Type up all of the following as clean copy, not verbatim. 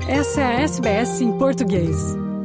Essa é a SBS em português.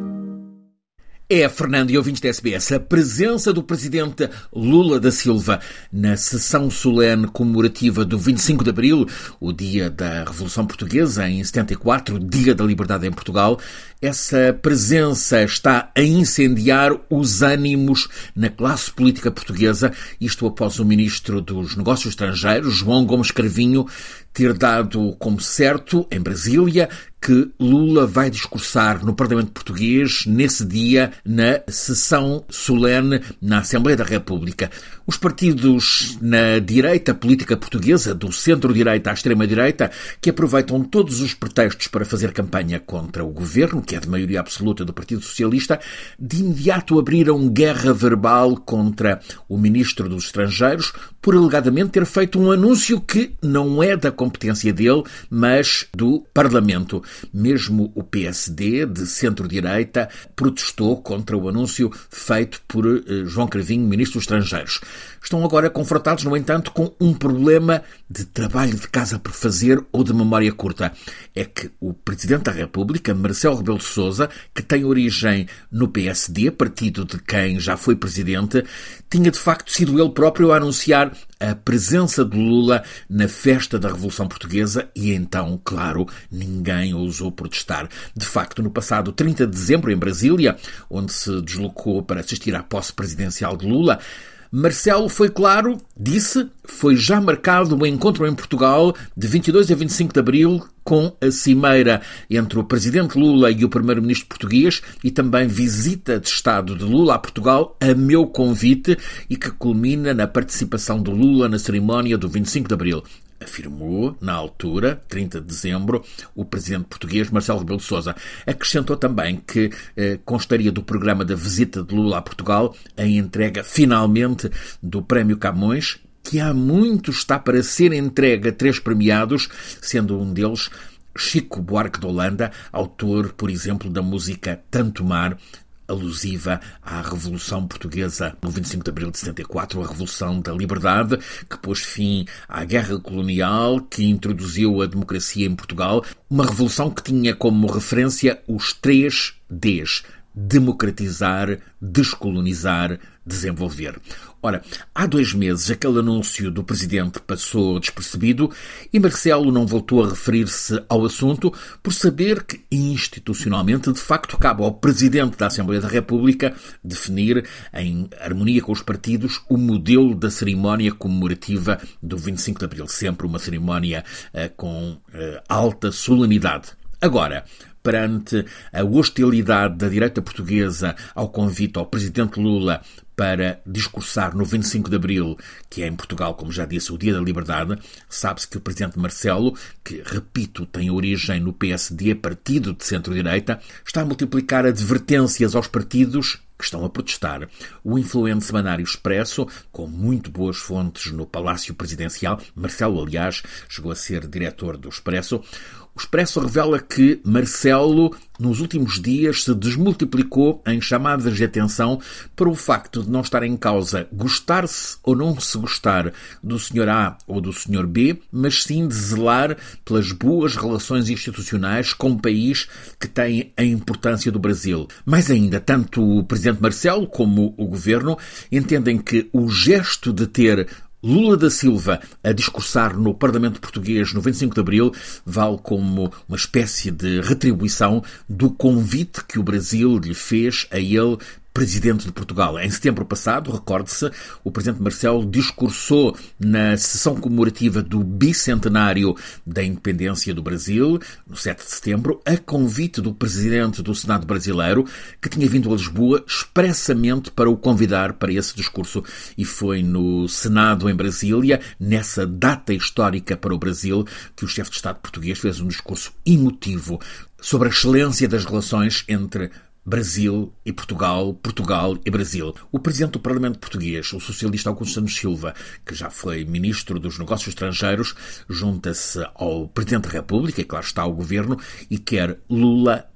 Fernando e ouvintes da SBS, a presença do presidente Lula da Silva na sessão solene comemorativa do 25 de Abril, o dia da Revolução Portuguesa, em 74, dia da liberdade em Portugal, essa presença está a incendiar os ânimos na classe política portuguesa, isto após o ministro dos Negócios Estrangeiros, João Gomes Cravinho, ter dado como certo, em Brasília, que Lula vai discursar no Parlamento Português nesse dia, na sessão solene na Assembleia da República. Os partidos na direita política portuguesa, do centro-direita à extrema-direita, que aproveitam todos os pretextos para fazer campanha contra o governo, que é de maioria absoluta do Partido Socialista, de imediato abriram guerra verbal contra o ministro dos Estrangeiros por alegadamente ter feito um anúncio que não é da competência dele, mas do Parlamento. Mesmo o PSD, de centro-direita, protestou contra o anúncio feito por João Cravinho, ministro dos Estrangeiros. Estão agora confrontados, no entanto, com um problema de trabalho de casa por fazer ou de memória curta. É que o Presidente da República, Marcelo Rebelo de Sousa, que tem origem no PSD, partido de quem já foi Presidente, tinha de facto sido ele próprio a anunciar a presença de Lula na festa da Revolução Portuguesa e então, claro, ninguém ousou protestar. De facto, no passado 30 de dezembro, em Brasília, onde se deslocou para assistir à posse presidencial de Lula, Marcelo foi claro, disse, foi já marcado o encontro em Portugal de 22 a 25 de Abril com a cimeira entre o Presidente Lula e o Primeiro-Ministro português e também visita de Estado de Lula a Portugal a meu convite e que culmina na participação de Lula na cerimónia do 25 de Abril. Afirmou, na altura, 30 de dezembro, o presidente português Marcelo Rebelo de Sousa. Acrescentou também que constaria do programa da visita de Lula a Portugal a entrega, finalmente, do Prémio Camões, que há muito está para ser entregue a 3 premiados, sendo um deles Chico Buarque de Holanda, autor, por exemplo, da música Tanto Mar, alusiva à Revolução Portuguesa no 25 de Abril de 74, a Revolução da Liberdade, que pôs fim à Guerra Colonial, que introduziu a democracia em Portugal, uma revolução que tinha como referência os 3 Ds: democratizar, descolonizar, desenvolver. Ora, há 2 meses aquele anúncio do Presidente passou despercebido e Marcelo não voltou a referir-se ao assunto por saber que institucionalmente, de facto, cabe ao Presidente da Assembleia da República definir, em harmonia com os partidos, o modelo da cerimónia comemorativa do 25 de Abril. Sempre uma cerimónia com alta solenidade. Agora, perante a hostilidade da direita portuguesa ao convite ao Presidente Lula para discursar no 25 de Abril, que é em Portugal, como já disse, o Dia da Liberdade, sabe-se que o Presidente Marcelo, que, repito, tem origem no PSD, partido de centro-direita, está a multiplicar advertências aos partidos que estão a protestar. O influente semanário Expresso, com muito boas fontes no Palácio Presidencial, Marcelo, aliás, chegou a ser diretor do Expresso, o Expresso revela que Marcelo, nos últimos dias, se desmultiplicou em chamadas de atenção para o facto de não estar em causa gostar-se ou não se gostar do Sr. A ou do Sr. B, mas sim de zelar pelas boas relações institucionais com o país que tem a importância do Brasil. Mais ainda, tanto o Presidente Marcelo como o Governo entendem que o gesto de ter Lula da Silva a discursar no Parlamento Português no 25 de Abril vale como uma espécie de retribuição do convite que o Brasil lhe fez a ele, Presidente de Portugal. Em setembro passado, recorde-se, o Presidente Marcelo discursou na sessão comemorativa do bicentenário da independência do Brasil, no 7 de setembro, a convite do Presidente do Senado brasileiro, que tinha vindo a Lisboa expressamente para o convidar para esse discurso. E foi no Senado, em Brasília, nessa data histórica para o Brasil, que o chefe de Estado português fez um discurso emotivo sobre a excelência das relações entre Brasil e Portugal, Portugal e Brasil. O Presidente do Parlamento Português, o socialista Augusto Santos Silva, que já foi Ministro dos Negócios Estrangeiros, junta-se ao Presidente da República, e claro está ao Governo, e quer Lula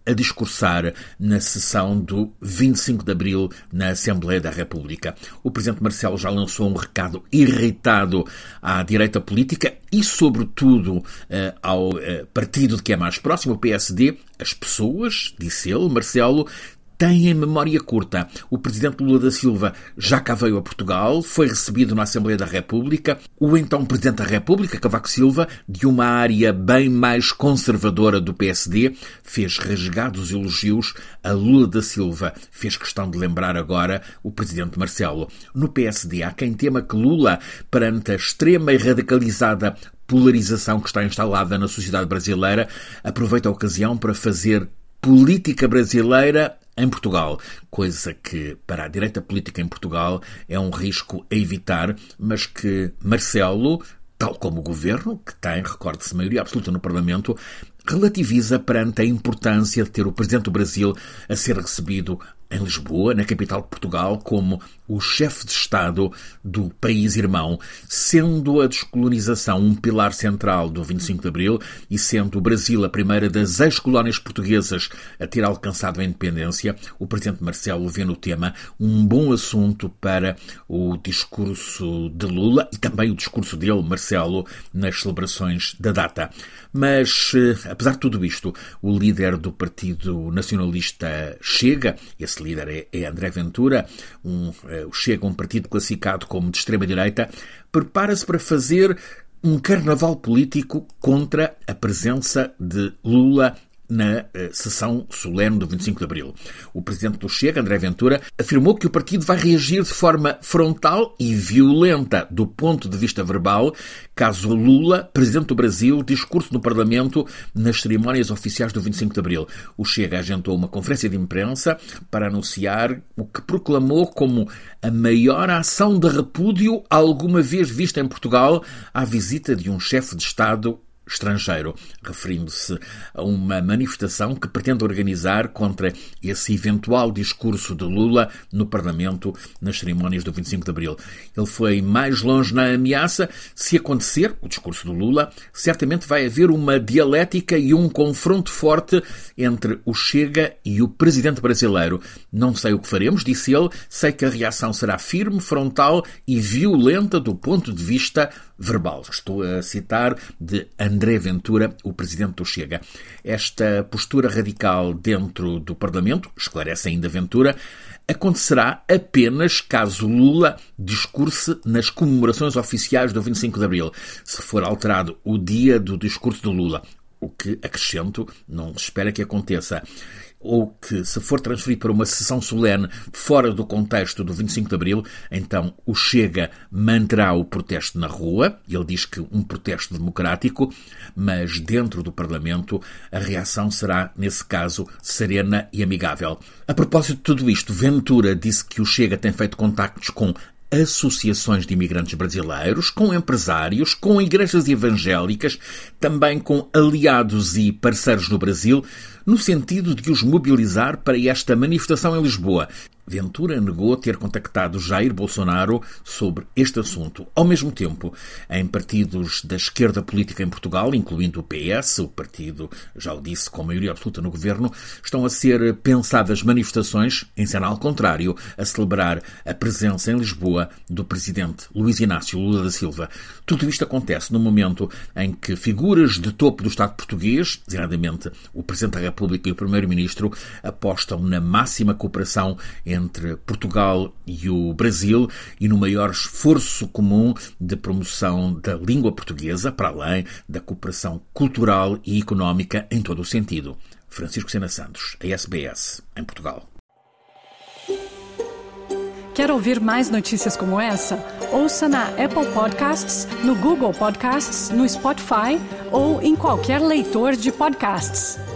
a discursar na sessão do 25 de Abril na Assembleia da República. O presidente Marcelo já lançou um recado irritado à direita política e, sobretudo, ao partido de que é mais próximo, o PSD. As pessoas, disse ele, Marcelo, têm memória curta. O presidente Lula da Silva já cá veio a Portugal, foi recebido na Assembleia da República. O então presidente da República, Cavaco Silva, de uma área bem mais conservadora do PSD, fez rasgados elogios a Lula da Silva. Fez questão de lembrar agora o presidente Marcelo. No PSD há quem tema que Lula, perante a extrema e radicalizada polarização que está instalada na sociedade brasileira, aproveita a ocasião para fazer política brasileira em Portugal, coisa que para a direita política em Portugal é um risco a evitar, mas que Marcelo, tal como o governo, que tem, recorde-se, maioria absoluta no Parlamento, relativiza perante a importância de ter o presidente do Brasil a ser recebido em Lisboa, na capital de Portugal, como o chefe de Estado do país irmão, sendo a descolonização um pilar central do 25 de Abril e sendo o Brasil a primeira das ex-colónias portuguesas a ter alcançado a independência, o presidente Marcelo vê no tema um bom assunto para o discurso de Lula e também o discurso dele, Marcelo, nas celebrações da data. Mas, apesar de tudo isto, o líder do Partido Nacionalista Chega, esse líder é André Ventura, o Chega, um partido classificado como de extrema-direita, prepara-se para fazer um carnaval político contra a presença de Lula na sessão solene do 25 de Abril. O presidente do Chega, André Ventura, afirmou que o partido vai reagir de forma frontal e violenta do ponto de vista verbal caso Lula, presidente do Brasil, discurso no Parlamento nas cerimónias oficiais do 25 de Abril. O Chega agendou uma conferência de imprensa para anunciar o que proclamou como a maior ação de repúdio alguma vez vista em Portugal à visita de um chefe de Estado estrangeiro, referindo-se a uma manifestação que pretende organizar contra esse eventual discurso de Lula no Parlamento nas cerimónias do 25 de Abril. Ele foi mais longe na ameaça. Se acontecer o discurso do Lula, certamente vai haver uma dialética e um confronto forte entre o Chega e o presidente brasileiro. Não sei o que faremos, disse ele, sei que a reação será firme, frontal e violenta do ponto de vista verbal. Estou a citar de André Ventura, o presidente do Chega. Esta postura radical dentro do Parlamento, esclarece ainda Ventura, acontecerá apenas caso Lula discurse nas comemorações oficiais do 25 de Abril, se for alterado o dia do discurso de Lula, o que, acrescento, não se espera que aconteça, ou que, se for transferido para uma sessão solene fora do contexto do 25 de Abril, então o Chega manterá o protesto na rua. Ele diz que um protesto democrático, mas dentro do Parlamento a reação será, nesse caso, serena e amigável. A propósito de tudo isto, Ventura disse que o Chega tem feito contactos com associações de imigrantes brasileiros, com empresários, com igrejas evangélicas, também com aliados e parceiros no Brasil, no sentido de os mobilizar para esta manifestação em Lisboa. Ventura negou ter contactado Jair Bolsonaro sobre este assunto. Ao mesmo tempo, em partidos da esquerda política em Portugal, incluindo o PS, o partido, já o disse, com maioria absoluta no governo, estão a ser pensadas manifestações, em sinal contrário, a celebrar a presença em Lisboa do presidente Luiz Inácio Lula da Silva. Tudo isto acontece no momento em que figuras de topo do Estado português, designadamente o Presidente da República e o Primeiro-Ministro, apostam na máxima cooperação entre Portugal e o Brasil e no maior esforço comum de promoção da língua portuguesa, para além da cooperação cultural e económica em todo o sentido. Francisco Sena Santos, a SBS, em Portugal. Quer ouvir mais notícias como essa? Ouça na Apple Podcasts, no Google Podcasts, no Spotify ou em qualquer leitor de podcasts.